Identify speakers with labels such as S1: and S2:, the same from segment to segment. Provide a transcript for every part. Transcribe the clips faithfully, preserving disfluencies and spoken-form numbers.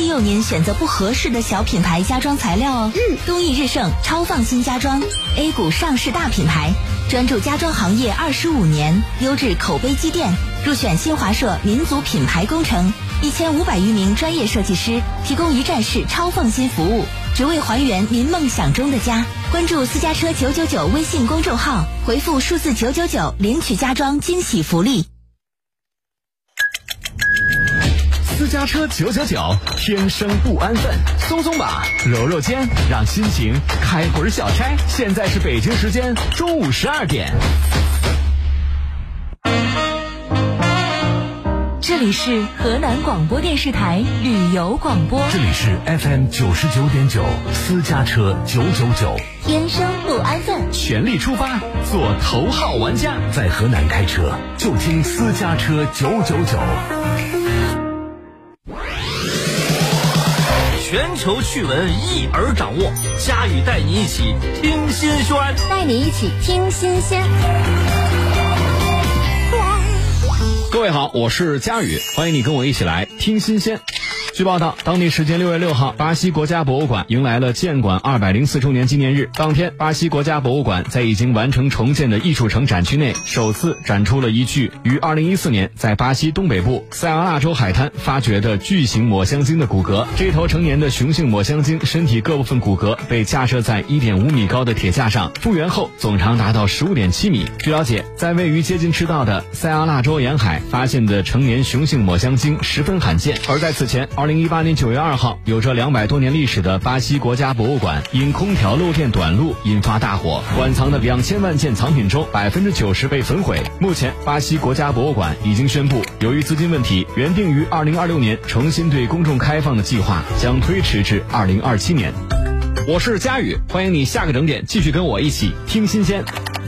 S1: 有您选择不合适的小品牌家装材料哦。
S2: 嗯，
S1: 东益日盛超放心家装 A 股上市大品牌，专注家装行业二十五年，优质口碑积淀，入选新华社民族品牌工程，一千五百余名专业设计师提供一站式超放心服务，只为还原您梦想中的家。关注私家车九九九微信公众号，回复数字九九九领取家装惊喜福利。
S3: 私家车九九九，天生不安分，松松绑，揉揉肩，让心情开会儿小差。现在是北京时间中午十二点。
S1: 这里是河南广播电视台旅游广播，
S4: 这里是 F M 九十九点九，私家车九九九，
S1: 天生不安分，
S3: 全力出发，做头号玩家。
S4: 在河南开车就听私家车九九九。
S5: 全球趣闻一耳掌握，佳宇带你一起听新鲜，
S2: 带你一起听新鲜。
S3: 各位好，我是佳宇，欢迎你跟我一起来听新鲜。据报道，当地时间六月六号，巴西国家博物馆迎来了建馆二百零四周年纪念日。当天，巴西国家博物馆在已经完成重建的艺术城展区内，首次展出了一具于二零一四年在巴西东北部塞阿纳州海滩发掘的巨型抹香鲸的骨骼。这头成年的雄性抹香鲸身体各部分骨骼被架设在一点五米高的铁架上，复原后总长达到十五点七米。据了解，在位于接近赤道的塞阿纳州沿海发现的成年雄性抹香鲸十分罕见，而在此前二零一八年九月二号，有着两百多年历史的巴西国家博物馆因空调漏电短路引发大火，馆藏的两千万件藏品中百分之九十被焚毁。目前，巴西国家博物馆已经宣布，由于资金问题，原定于二零二六年重新对公众开放的计划将推迟至二零二七年。我是佳宇，欢迎你下个整点继续跟我一起听新鲜。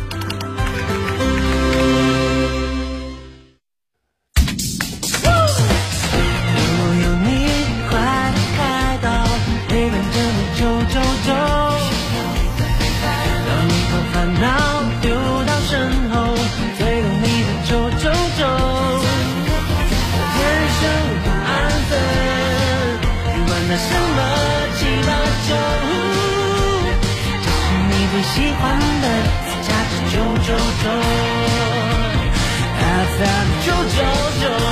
S6: 喜欢的私家车九九九 F M 九九九。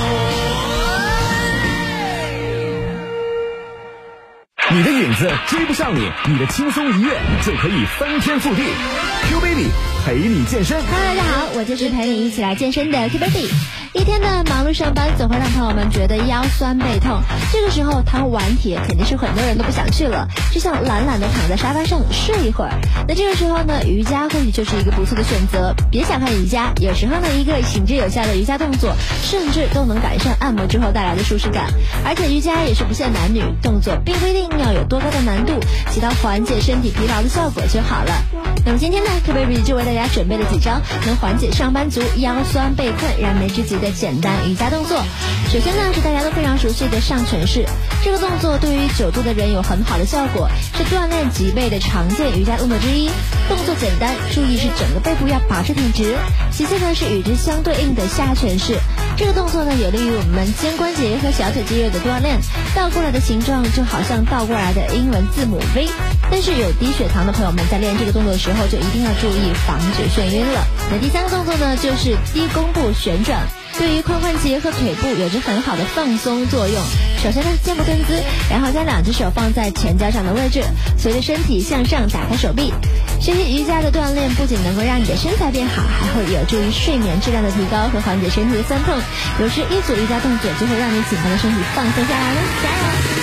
S3: 你的影子追不上你，你的轻松一跃就可以翻天覆地。Q Baby 陪你健身。
S2: Hello， 大家好，我就是陪你一起来健身的 Q Baby。一天的忙碌上班总会让朋友们觉得腰酸背痛，这个时候他们玩铁肯定是很多人都不想去了，只想懒懒的躺在沙发上睡一会儿。那这个时候呢，瑜伽或许就是一个不错的选择。别小看瑜伽，有时候呢一个行之有效的瑜伽动作，甚至都能改善按摩之后带来的舒适感。而且瑜伽也是不限男女，动作并不一定要有多高的难度，起到缓解身体疲劳的效果就好了。那么今天呢 Q Baby 就为大家准备了几招能缓解上班族腰酸背困燃眉之急的简单瑜伽动作。首先呢是大家都非常熟悉的上犬式，这个动作对于久坐的人有很好的效果，是锻炼脊背的常见瑜伽动作之一。动作简单，注意是整个背部要保持挺直。其次呢是与之相对应的下犬式，这个动作呢有利于我们肩关节和小腿肌肉的锻炼。倒过来的形状就好像倒过来的英文字母 V， 但是有低血糖的朋友们在练这个动作的时候就一定要注意防止眩晕了。那第三个动作呢就是低弓步旋转，对于髋关节和腿部有着很好的放松作用。首先呢肩部蹲姿，然后将两只手放在前脚掌的位置，随着身体向上打开手臂。学习瑜伽的锻炼不仅能够让你的身材变好，还会有助于睡眠质量的提高和缓解身体的酸痛。有时一组瑜伽动作就会让你紧绷的身体放松下来了，加油！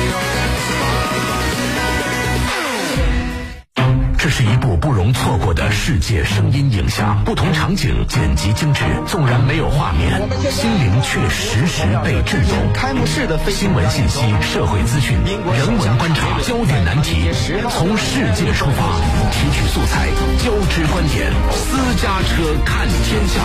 S4: 这是一部不容错过的世界声音影响，不同场景剪辑精致，纵然没有画面，心灵却时时被震动。
S7: 开幕式的
S4: 新闻信息、社会资讯、人文观察、焦点难题，从世界出发，提取素材，交织观点，私家车看天下。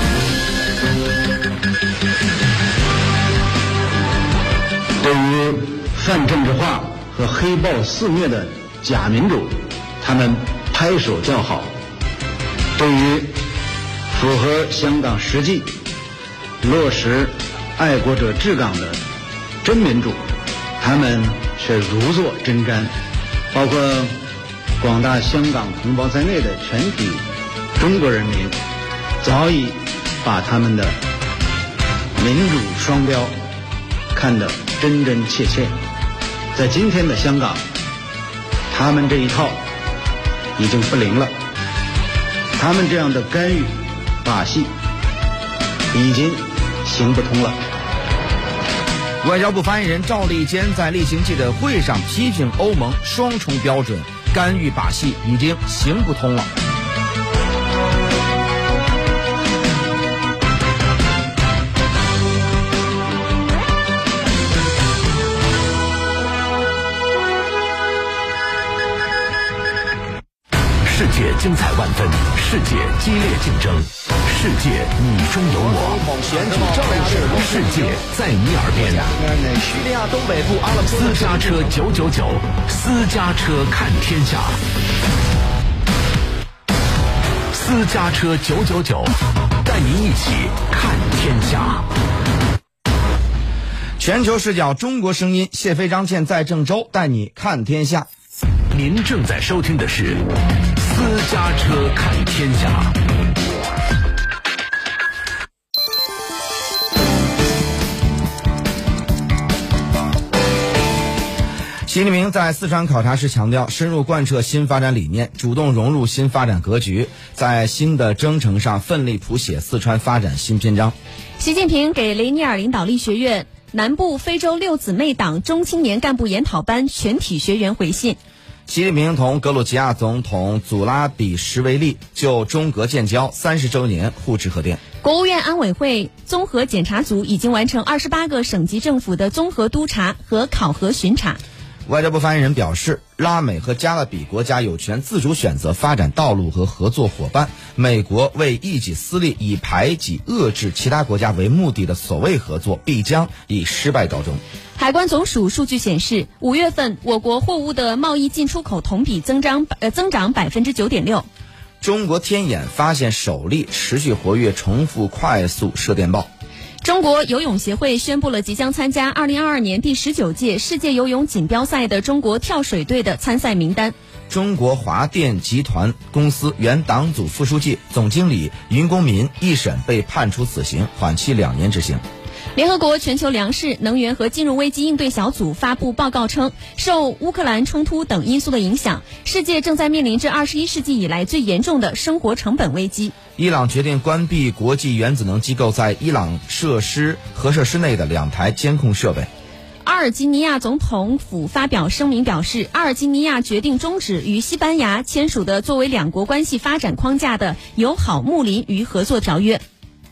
S8: 对于泛政治化和黑暴肆虐的假民主，他们拍手叫好；对于符合香港实际、落实爱国者治港的真民主，他们却如坐针毡。包括广大香港同胞在内的全体中国人民，早已把他们的民主双标看得真真切切。在今天的香港，他们这一套已经不灵了，他们这样的干预把戏已经行不通了。
S7: 外交部发言人赵立坚在例行记者会上批评欧盟双重标准，干预把戏已经行不通了。
S4: 世界精彩万分，世界激烈竞争，世界你中有我，世界在你耳边。
S7: 叙利亚东北部阿勒颇
S4: 私家车九九九，私家车看天下，私家车九九九，带您一起看天下。
S7: 全球视角，中国声音，谢飞张倩在郑州带你看天下。
S4: 您正在收听的是私家车看天下。
S7: 习近平在四川考察时强调，深入贯彻新发展理念，主动融入新发展格局，在新的征程上奋力谱写四川发展新篇章。
S9: 习近平给雷尼尔领导力学院南部非洲六姊妹党中青年干部研讨班全体学员回信。
S7: 习近平同格鲁吉亚总统祖拉比什维利就中格建交三十周年互致贺电。
S9: 国务院安委会综合检查组已经完成二十八个省级政府的综合督查和考核巡查。
S7: 外交部发言人表示，拉美和加勒比国家有权自主选择发展道路和合作伙伴，美国为一己私利以排挤遏制其他国家为目的的所谓合作必将以失败告终。
S9: 海关总署数据显示，五月份我国货物的贸易进出口同比增长呃增长百分之九点六。
S7: 中国天眼发现首例持续活跃重复快速射电暴。
S9: 中国游泳协会宣布了即将参加二零二二年第十九届世界游泳锦标赛的中国跳水队的参赛名单。
S7: 中国华电集团公司原党组副书记、总经理云公民一审被判处死刑，缓期两年执行。
S9: 联合国全球粮食、能源和金融危机应对小组发布报告称，受乌克兰冲突等因素的影响，世界正在面临着二十一世纪以来最严重的生活成本危机。
S7: 伊朗决定关闭国际原子能机构在伊朗设施核设施内的两台监控设备。
S9: 阿尔及利亚总统府发表声明表示，阿尔及利亚决定终止与西班牙签署的作为两国关系发展框架的友好睦邻与合作条约。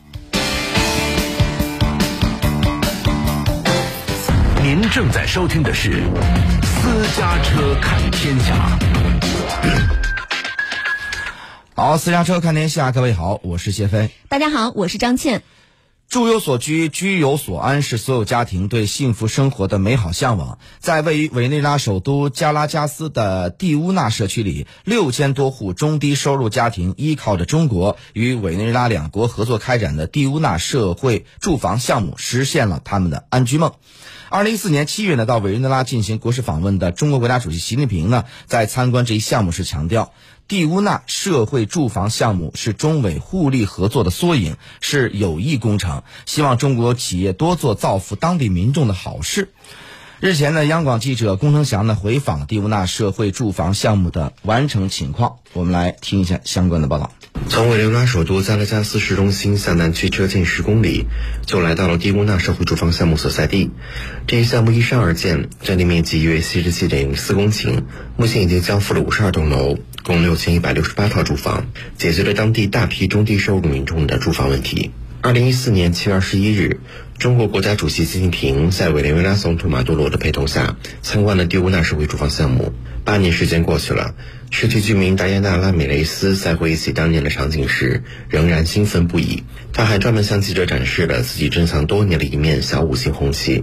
S4: 您正在收听的是私家车看天下。
S7: 好，私家车看天下，各位好，我是谢飞。
S9: 大家好，我是张倩。
S7: 住有所居，居有所安是所有家庭对幸福生活的美好向往。在位于委内瑞拉首都加拉加斯的蒂乌纳社区里，六千多户中低收入家庭依靠着中国与委内瑞拉两国合作开展的蒂乌纳社会住房项目，实现了他们的安居梦。二零一四年七月呢，到委内瑞拉进行国事访问的中国国家主席习近平呢，在参观这一项目时强调，蒂乌纳社会住房项目是中委互利合作的缩影，是有益工程，希望中国企业多做造福当地民众的好事。 日前呢，央广记者龚成祥呢回访蒂乌纳社会住房项目的完成情况，我们来听一下相关的报道。
S10: 从委内瑞拉首都加拉加斯市中心向南驱车近十公里，就来到了蒂乌纳社会住房项目所在地。这一项目依山而建，占地面积约七十七点零四公顷，目前已经交付了五十二栋楼，共六千一百六十八套住房，解决了当地大批中低收入民众的住房问题。二零一四年七月二十一日，中国国家主席习近平在委内瑞拉总统马杜罗的陪同下参观了蒂乌纳社会住房项目。八年时间过去了，社区居民达耶纳拉美雷斯在回忆起当年的场景时仍然兴奋不已，他还专门向记者展示了自己珍藏多年的一面小五星红旗。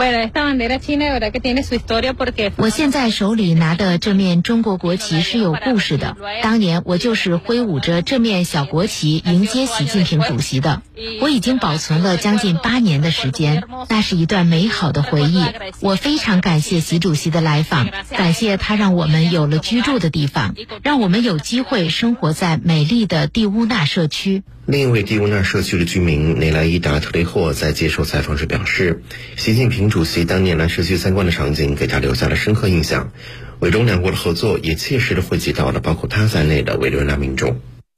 S11: 我现在手里拿的这面中国国旗是有故事的，当年我就是挥舞着这面小国旗迎接习近平主席的。我已经保存了将近八年的时间，那是一段美好的回忆。我非常感谢习主席的来访，感谢他让我们有了居住的地方，让我们有机会生活在美丽的蒂乌纳社区。
S10: 另一位蒂乌纳社区的居民内莱伊达特雷霍在接受采访时表示，习近平主席当年来社区参观的场景给他留下了深刻印象，委中两国的合作也切实地惠及到了包括他在内的委内瑞拉民众。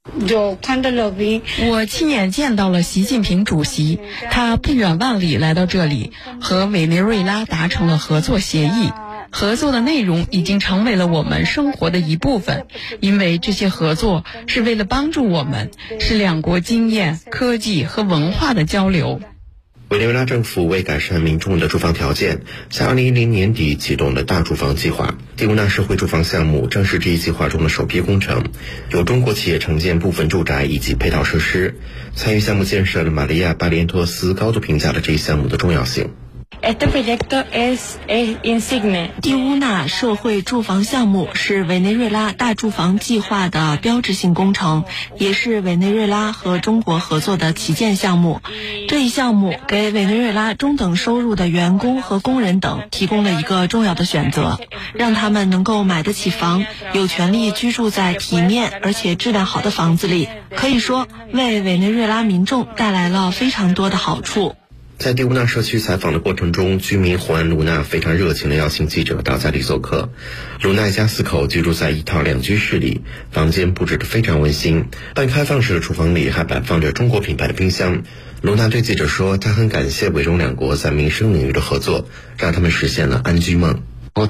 S12: 我亲眼见到了习近平主席，他不远万里来到这里，和委内瑞拉达成了合作协议。合作的内容已经成为了我们生活的一部分，因为这些合作是为了帮助我们，是两国经验、科技和文化的交流。
S10: 委内瑞拉政府为改善民众的住房条件，在二零一零年底启动了大住房计划。蒂乌纳社会住房项目正是这一计划中的首批工程，由中国企业承建部分住宅以及配套设施。参与项目建设的玛利亚·巴连托斯高度评价了这一项目的重要性。
S13: 蒂乌纳社会住房项目是委内瑞拉大住房计划的标志性工程，也是委内瑞拉和中国合作的旗舰项目。这一项目给委内瑞拉中等收入的员工和工人等提供了一个重要的选择，让他们能够买得起房，有权利居住在体面而且质量好的房子里，可以说为委内瑞拉民众带来了非常多的好处。
S10: 在蒂乌纳社区采访的过程中，居民胡安·卢娜非常热情地邀请记者到家里做客。卢娜一家四口居住在一套两居室里，房间布置得非常温馨，半开放式的厨房里还摆放着中国品牌的冰箱。卢娜对记者说，她很感谢委中两国在民生领域的合作，让他们实现了安居梦。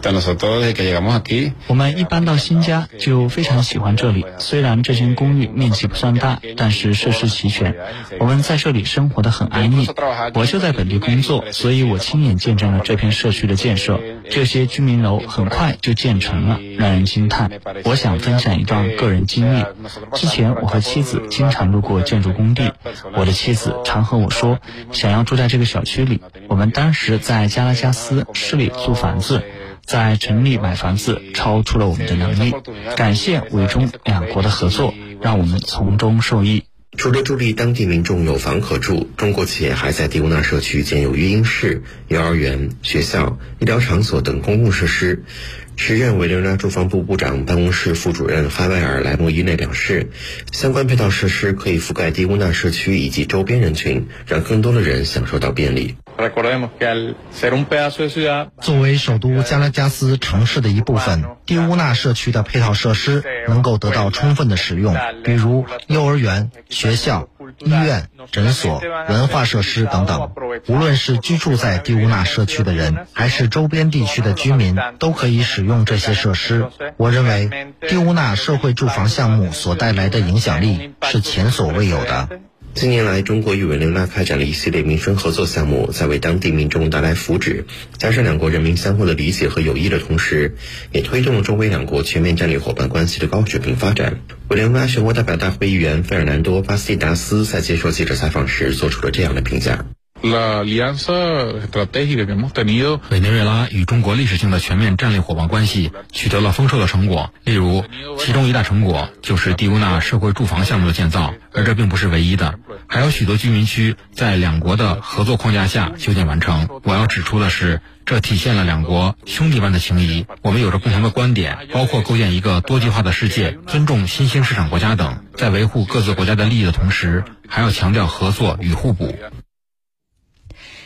S14: 我们一搬到新家就非常喜欢这里，虽然这间公寓面积不算大，但是设施齐全，我们在这里生活得很安逸。我就在本地工作，所以我亲眼见证了这片社区的建设。这些居民楼很快就建成了，让人惊叹。我想分享一段个人经历。之前我和妻子经常路过建筑工地，我的妻子常和我说想要住在这个小区里。我们当时在加拉加斯市里租房子，在城里买房子超出了我们的能力，感谢委中两国的合作，让我们从中受益。
S10: 除了助力当地民众有房可住，中国企业还在蒂乌纳社区建有育婴室、幼儿园、学校、医疗场所等公共设施。时任委内瑞拉住房部部长办公室副主任哈维尔·莱莫伊内表示，相关配套设施可以覆盖蒂乌纳社区以及周边人群，让更多的人享受到便利。
S15: 作为首都加拉加斯城市的一部分，蒂乌纳社区的配套设施能够得到充分的使用，比如幼儿园、学校、医院、诊所、文化设施等等。无论是居住在蒂乌纳社区的人，还是周边地区的居民，都可以使用这些设施。我认为蒂乌纳社会住房项目所带来的影响力是前所未有的。
S10: 近年来，中国与委内瑞拉开展了一系列民生合作项目，在为当地民众带来福祉。加上两国人民相互的理解和友谊的同时，也推动了中委两国全面战略伙伴关系的高水平发展。委内瑞拉全国代表大会议员费尔南多·巴斯蒂达斯在接受记者采访时做出了这样的评价。
S16: 委内瑞拉与中国历史性的全面战略伙伴关系取得了丰硕的成果，例如其中一大成果就是蒂乌纳社会住房项目的建造，而这并不是唯一的，还有许多居民区在两国的合作框架下修建完成。我要指出的是，这体现了两国兄弟般的情谊，我们有着共同的观点，包括构建一个多极化的世界，尊重新兴市场国家等，在维护各自国家的利益的同时，还要强调合作与互补。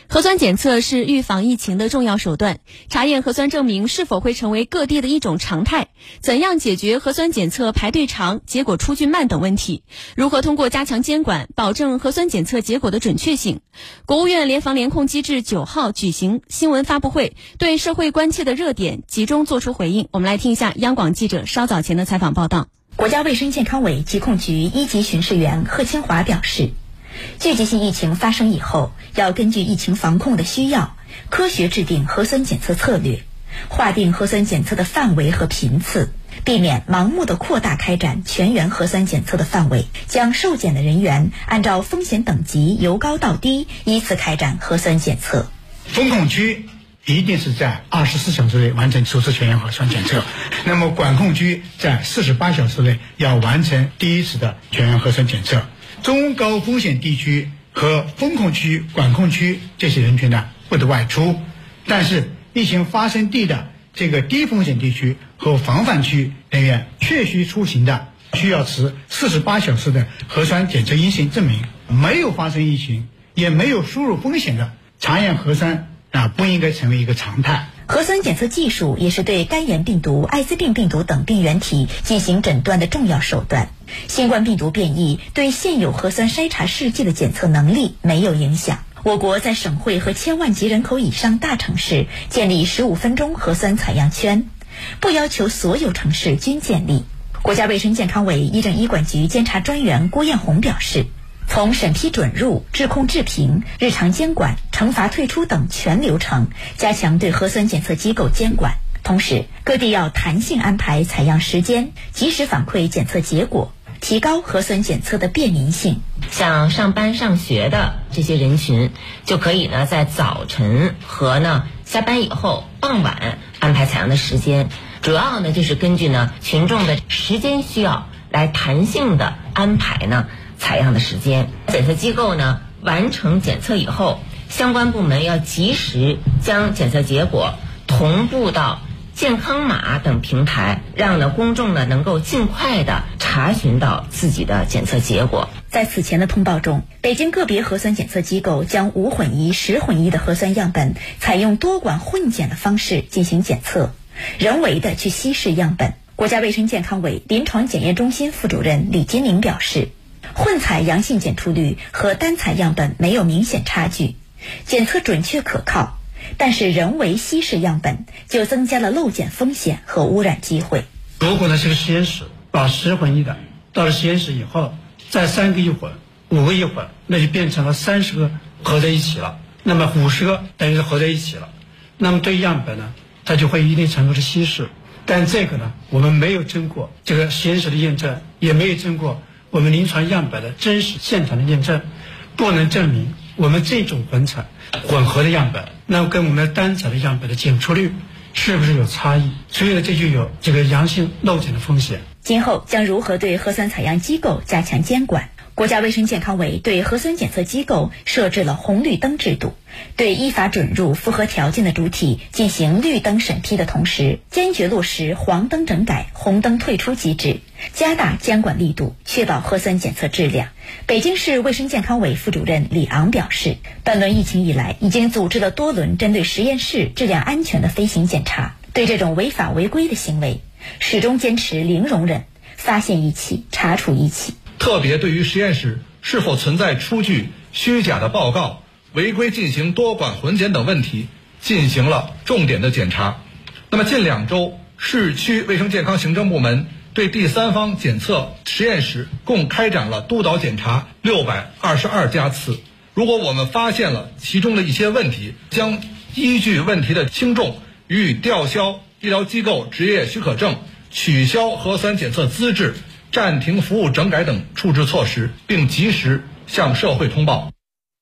S9: 核酸检测是预防疫情的重要手段，查验核酸证明是否会成为各地的一种常态？怎样解决核酸检测排队长、结果出具慢等问题？如何通过加强监管，保证核酸检测结果的准确性？国务院联防联控机制九号举行新闻发布会，对社会关切的热点集中作出回应。我们来听一下央广记者稍早前的采访报道。
S17: 国家卫生健康委疾控局一级巡视员贺清华表示，聚集性疫情发生以后，要根据疫情防控的需要，科学制定核酸检测策略，划定核酸检测的范围和频次，避免盲目的扩大开展全员核酸检测的范围，将受检的人员按照风险等级由高到低依次开展核酸检测。
S18: 封控区一定是在二十四小时内完成首次全员核酸检测，那么管控区在四十八小时内要完成第一次的全员核酸检测。中高风险地区和封控区、管控区这些人群呢不得外出，但是疫情发生地的这个低风险地区和防范区人员确需出行的，需要持四十八小时的核酸检测阴性证明。没有发生疫情也没有输入风险的，查验核酸啊不应该成为一个常态。
S17: 核酸检测技术也是对肝炎病毒、艾滋病病毒等病原体进行诊断的重要手段。新冠病毒变异对现有核酸筛查试剂的检测能力没有影响。我国在省会和千万级人口以上大城市建立十五分钟核酸采样圈，不要求所有城市均建立。国家卫生健康委医政医管局监察专员郭艳红表示，从审批准入、质控质评、日常监管、惩罚退出等全流程加强对核酸检测机构监管。同时，各地要弹性安排采样时间，及时反馈检测结果，提高核酸检测的便民性。
S19: 像上班上学的这些人群，就可以呢在早晨和呢下班以后傍晚安排采样的时间，主要呢就是根据呢群众的时间需要来弹性的安排呢采样的时间。检测机构呢完成检测以后，相关部门要及时将检测结果同步到健康码等平台，让呢公众呢能够尽快的查询到自己的检测结果。
S17: 在此前的通报中，北京个别核酸检测机构将无混一、十混一的核酸样本采用多管混检的方式进行检测，人为的去稀释样本。国家卫生健康委临床检验中心副主任李金玲表示，混采阳性检出率和单采样本没有明显差距，检测准确可靠，但是人为稀释样本就增加了漏检风险和污染机会。
S18: 如果呢是个实验室把十混一的到了实验室以后，再三个一混、五个一混，那就变成了三十个合在一起了，那么五十个等于是合在一起了，那么对样本呢它就会一定程度的稀释。但这个呢我们没有经过这个实验室的验证，也没有经过我们临床样本的真实现场的验证，不能证明我们这种混采混合的样本，那跟我们单采的样本的检出率是不是有差异？所以呢，这就有这个阳性漏检的风险。
S17: 今后将如何对核酸采样机构加强监管？国家卫生健康委对核酸检测机构设置了红绿灯制度，对依法准入符合条件的主体进行绿灯审批的同时，坚决落实黄灯整改、红灯退出机制，加大监管力度，确保核酸检测质量。北京市卫生健康委副主任李昂表示，本轮疫情以来，已经组织了多轮针对实验室质量安全的飞行检查，对这种违法违规的行为，始终坚持零容忍，发现一起查处一起。
S20: 特别对于实验室是否存在出具虚假的报告、违规进行多管混检等问题，进行了重点的检查。那么近两周，市区卫生健康行政部门对第三方检测实验室共开展了督导检查六百二十二家次。如果我们发现了其中的一些问题，将依据问题的轻重，予以吊销医疗机构执业许可证、取消核酸检测资质、暂停服务整改等处置措施，并及时向社会通报。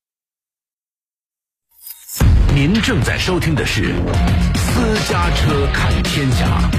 S4: 您正在收听的是私家车看天下。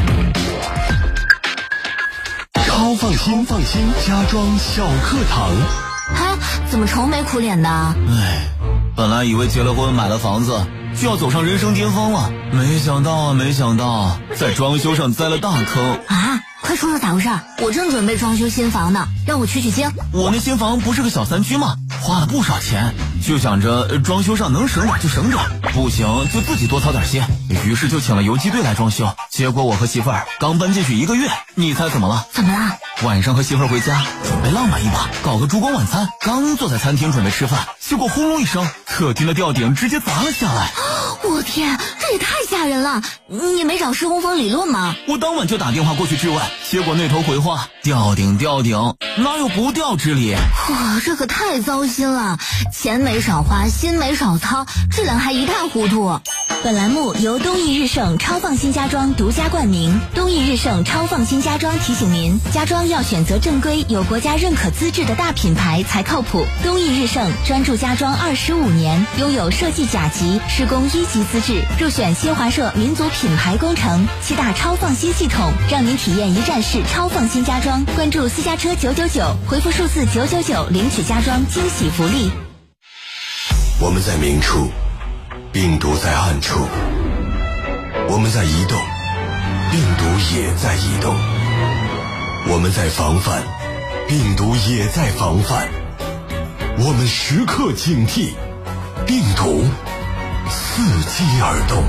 S21: 超放心，放心家装小课堂。
S1: 嗨，怎么愁眉苦脸的？
S21: 唉，本来以为结了婚买了房子就要走上人生巅峰了，没想到啊，没想到在装修上栽了大坑
S1: 啊！快说说咋回事？我正准备装修新房呢，让我取取经。
S21: 我那新房不是个小三居吗？花了不少钱， 就想着装修上能省点就省点，不行就自己多操点心。于是就请了游击队来装修。结果我和媳妇儿刚搬进去一个月，你猜怎么了？
S1: 怎么了？
S21: 晚上和媳妇儿回家，准备浪漫一把，搞个烛光晚餐。刚坐在餐厅准备吃饭，结果轰隆一声，客厅的吊顶直接砸了下来。
S1: 我天，这也太吓人了！你没找施洪峰理论吗？
S21: 我当晚就打电话过去质问，结果那头回话：吊顶吊顶，哪有不吊之理？
S1: 哇，这可太糟心了，钱没少花，心没少操，质量还一塌糊涂。本栏目由东义日盛超放心家装独家冠名。东义日盛超放心家装提醒您，家装要选择正规、有国家认可资质的大品牌才靠谱。东义日盛专注家装二十五年，拥有设计甲级、施工一级资质，入选新华社民族品牌工程七大超放心系统，让您体验一站式超放心家装。关注私家车九九九，回复数字九九九领取家装惊喜福利。
S5: 我们在明处，病毒在暗处，我们在移动，病毒也在移动，我们在防范，病毒也在防范，我们时刻警惕，病毒伺机而动，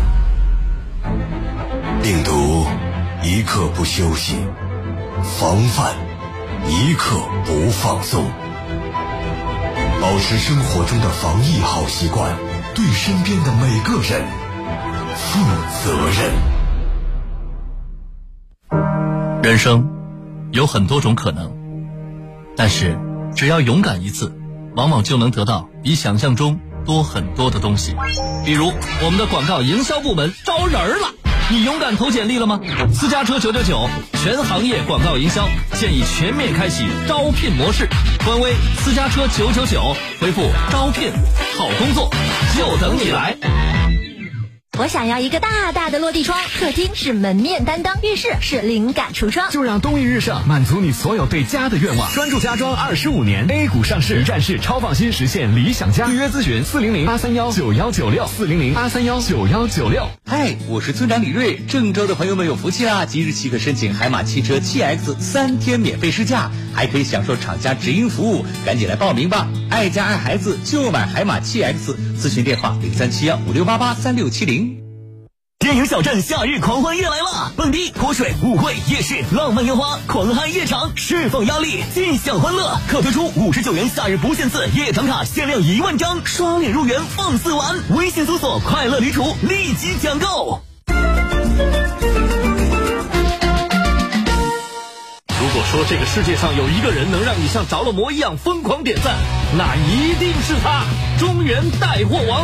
S5: 病毒一刻不休息，防范一刻不放松，保持生活中的防疫好习惯，对身边的每个人负责任。
S22: 人生有很多种可能，但是只要勇敢一次，往往就能得到比想象中多很多的东西。比如我们的广告营销部门招人了，你勇敢投简历了吗？私家车九九九全行业广告营销建议全面开启招聘模式，官微私家车九九九，回复招聘，好工作就等你来。
S2: 我想要一个大大的落地窗，客厅是门面担当，浴室是灵感橱窗。
S3: 就让东义日盛满足你所有对家的愿望。专注家装二十五年 ，A 股上市，一站式超放心，实现理想家。预约咨询四零零八三幺九幺九六四零零八三幺九幺九六。
S23: 嗨，我是村长李锐，郑州的朋友们有福气啦！即日起可申请海马汽车 七 X 三天免费试驾，还可以享受厂家直营服务，赶紧来报名吧！爱家爱孩子就买海马 七 X， 咨询电话零三七幺五六八八三六七零。
S21: 电影小镇夏日狂欢夜来了，蹦迪、泼水、舞会、夜市、浪漫烟花，狂嗨夜场，释放压力，尽享欢乐。可推出五十九元夏日不限次夜场卡，限量一万张，刷脸入园放肆玩。微信搜索快乐旅途，立即抢购。
S24: 如果说这个世界上有一个人能让你像着了魔一样疯狂点赞，那一定是他，中原带货王。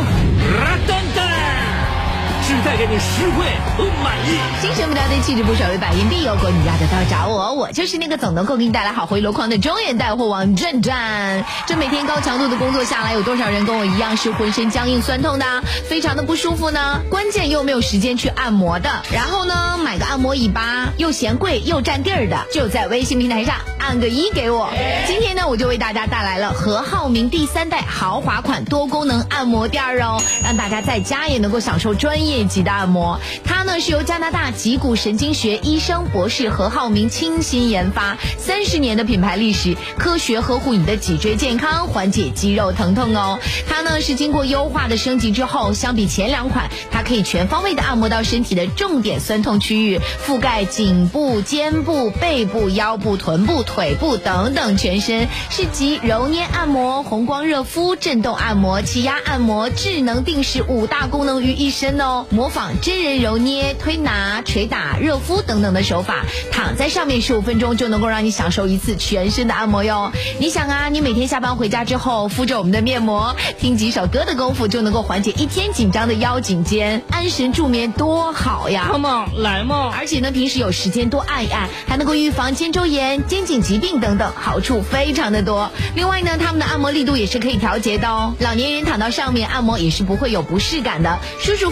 S24: 只带给你实惠和满意。
S2: 精神不掉队，气质不少为百因必有果，你要得到找我，我就是那个总能够给你带来好回箩筐的中原带货王郑战。这每天高强度的工作下来，有多少人跟我一样是浑身僵硬酸痛的，非常的不舒服呢？关键又没有时间去按摩的，然后呢，买个按摩椅吧，又嫌贵又占地儿的，就在微信平台上按个一给我。今天呢，我就为大家带来了何浩明第三代豪华款多功能按摩垫哦，让大家在家也能够享受专业级的按摩。它呢是由加拿大脊骨神经学医生博士何浩明倾心研发，三十年的品牌历史，科学呵护你的脊椎健康，缓解肌肉疼痛哦。它呢是经过优化的升级之后，相比前两款，它可以全方位的按摩到身体的重点酸痛区域，覆盖颈部、肩部、背部、腰部、臀部、腿部等等全身，是集揉捏按摩、红光热敷、震动按摩、气压按摩、智能定时五大功能于一身哦。模仿真人揉捏、推拿、捶打、热敷等等的手法，躺在上面十五分钟就能够让你享受一次全身的按摩哟。你想啊，你每天下班回家之后敷着我们的面膜，听几首歌的功夫就能够缓解一天紧张的腰颈肩，安神助眠多好呀！
S25: Come on， 来嘛！
S2: 而且呢，平时有时间多按一按，还能够预防肩周炎、肩颈疾病等等，好处非常的多。另外呢，他们的按摩力度也是可以调节的哦，老年人躺到上面按摩也是不会有不适感的，舒舒服服的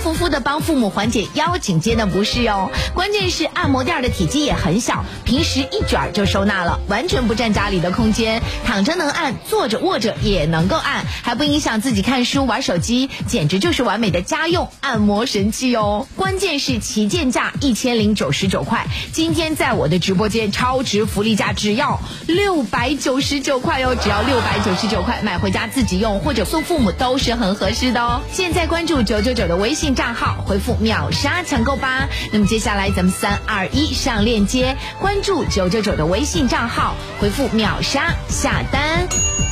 S6: 帮父母缓解腰颈肩的不适哦。关键是按摩垫的体积也很小，平时一卷就收纳了，完全不占家里的空间。躺着能按，坐着卧着也能够按，还不影响自己看书玩手机，简直就是完美的家用按摩神器哦。关键是旗舰价一千零九十九块，今天在我的直播间超值福利价只要六百九十九块哦，只要六百九十九块，买回家自己用或者送父母都是很合适的哦。现在关注九九九的微信账号，回复秒杀抢购吧。那么接下来咱们三二一上链接，关注九九九的微信账号，回复秒杀下单。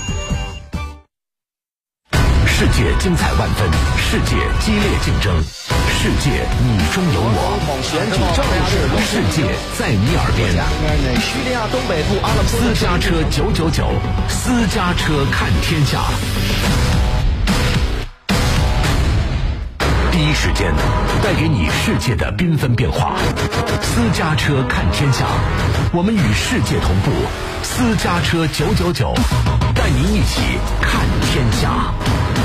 S4: 世界精彩万分，世界激烈竞争，世界你中有我，选举政治，世界在你耳边。叙利亚东北部阿勒斯家车九九九，私家车看天下。第一时间带给你世界的缤纷变化，私家车看天下，我们与世界同步。私家车九九九，带您一起看天下。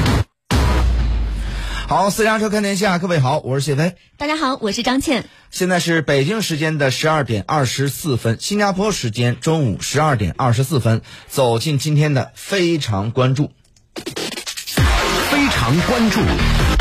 S7: 好，私家车看天下，各位好，我是谢飞。
S9: 大家好，我是张倩。
S7: 现在是北京时间的十二点二十四分，新加坡时间中午十二点二十四分，走进今天的非常关注。
S4: 非常关注。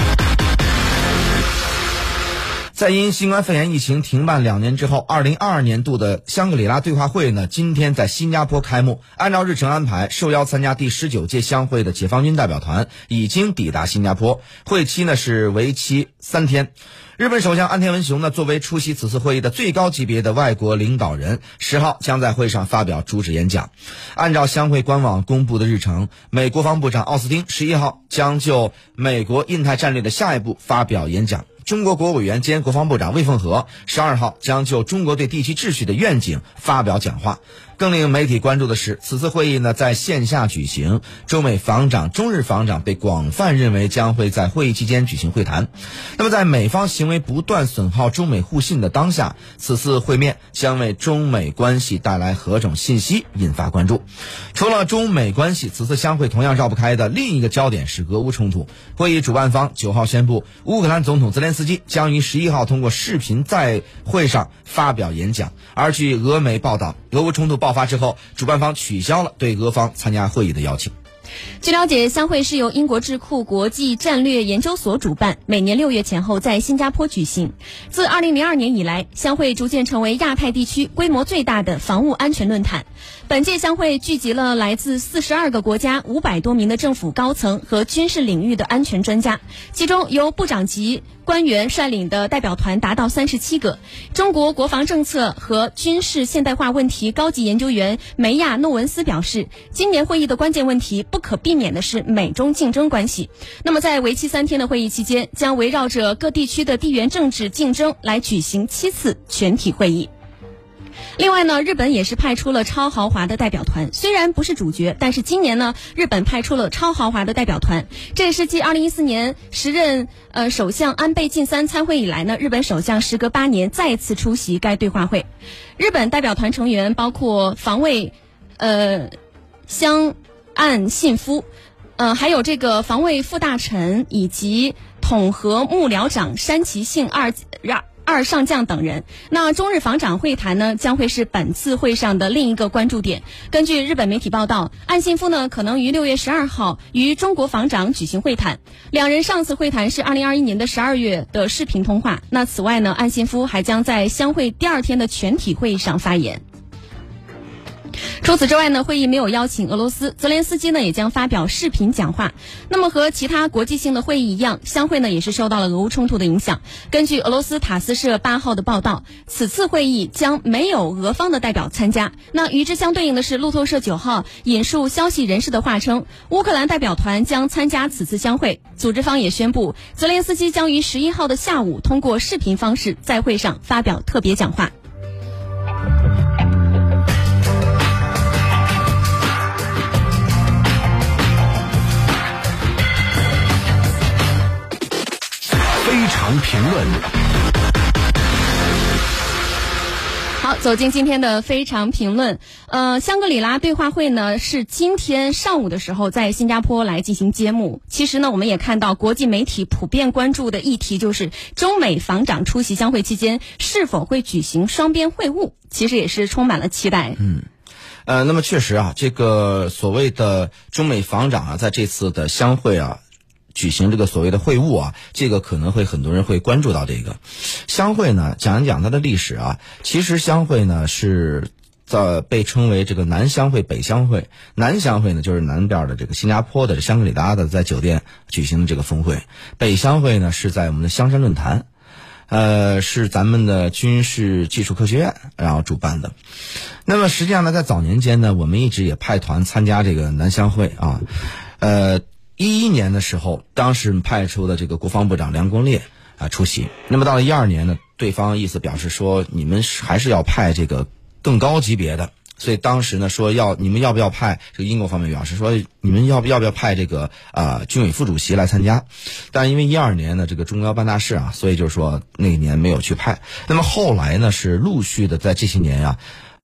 S7: 在因新冠肺炎疫情停办两年之后，二零二二年度的香格里拉对话会呢，今天在新加坡开幕。按照日程安排，受邀参加第十九届香会的解放军代表团已经抵达新加坡，会期呢是为期三天。日本首相安田文雄呢，作为出席此次会议的最高级别的外国领导人，十号将在会上发表主旨演讲。按照香会官网公布的日程，美国防部长奥斯汀十一号将就美国印太战略的下一步发表演讲。中国国务委员兼国防部长魏凤和十二号将就中国对地区秩序的愿景发表讲话。更令媒体关注的是，此次会议呢在线下举行，中美防长、中日防长被广泛认为将会在会议期间举行会谈。那么在美方行为不断损耗中美互信的当下，此次会面将为中美关系带来何种信息，引发关注。除了中美关系，此次香会同样绕不开的另一个焦点是俄乌冲突。会议主办方九号宣布，乌克兰总统泽连斯基将于十一号通过视频在会上发表演讲。而据俄媒报道，俄乌冲突爆发之后，主办方取消了对俄方参加会议的邀请。
S9: 据了解，香会是由英国智库国际战略研究所主办，每年六月前后在新加坡举行。自二零零二年以来，香会逐渐成为亚太地区规模最大的防务安全论坛。本届香会聚集了来自四十二个国家五百多名的政府高层和军事领域的安全专家，其中由部长级官员率领的代表团达到三十七个。中国国防政策和军事现代化问题高级研究员梅亚诺文斯表示，今年会议的关键问题不可避免的是美中竞争关系。那么在为期三天的会议期间，将围绕着各地区的地缘政治竞争来举行七次全体会议。另外呢，日本也是派出了超豪华的代表团，虽然不是主角，但是今年呢，日本派出了超豪华的代表团。这也是继二零一四年时任呃首相安倍晋三参会以来呢，日本首相时隔八年再次出席该对话会。日本代表团成员包括防卫呃香岸信夫，呃还有这个防卫副大臣以及统合幕僚长山崎幸二二上将等人。那中日防长会谈呢，将会是本次会上的另一个关注点。根据日本媒体报道，岸信夫呢可能于六月十二号与中国防长举行会谈。两人上次会谈是二零二一年的十二月的视频通话。那此外呢，岸信夫还将在香会第二天的全体会议上发言。除此之外呢，会议没有邀请俄罗斯，泽连斯基呢也将发表视频讲话。那么和其他国际性的会议一样，香会呢也是受到了俄乌冲突的影响。根据俄罗斯塔斯社八号的报道，此次会议将没有俄方的代表参加。那与之相对应的是，路透社九号引述消息人士的话称，乌克兰代表团将参加此次香会。组织方也宣布，泽连斯基将于十一号的下午通过视频方式在会上发表特别讲话。
S4: 非常评论。
S9: 好， 好，走进今天的非常评论。呃，香格里拉对话会呢是今天上午的时候在新加坡来进行揭幕。其实呢，我们也看到国际媒体普遍关注的议题就是中美防长出席相会期间是否会举行双边会晤，其实也是充满了期待。
S7: 嗯。呃，那么确实啊，这个所谓的中美防长啊，在这次的相会啊，举行这个所谓的会晤啊，这个可能会很多人会关注到这个相会呢。讲一讲它的历史啊，其实相会呢是在被称为这个南相会、北相会。南相会呢就是南边的这个新加坡的香格里拉的在酒店举行的这个峰会，北相会呢是在我们的香山论坛。呃，是咱们的军事技术科学院然后主办的。那么实际上呢，在早年间呢，我们一直也派团参加这个南相会啊。呃，一一年的时候，当时派出的这个国防部长梁公烈啊出席。那么到了一二年呢，对方意思表示说，你们还是要派这个更高级别的。所以当时呢说要你们要不要派这个英国方面表示说你们要不要不要派这个啊、呃、军委副主席来参加，但因为一二年呢这个中央办大事啊，所以就是说那一年没有去派。那么后来呢是陆续的在这些年啊，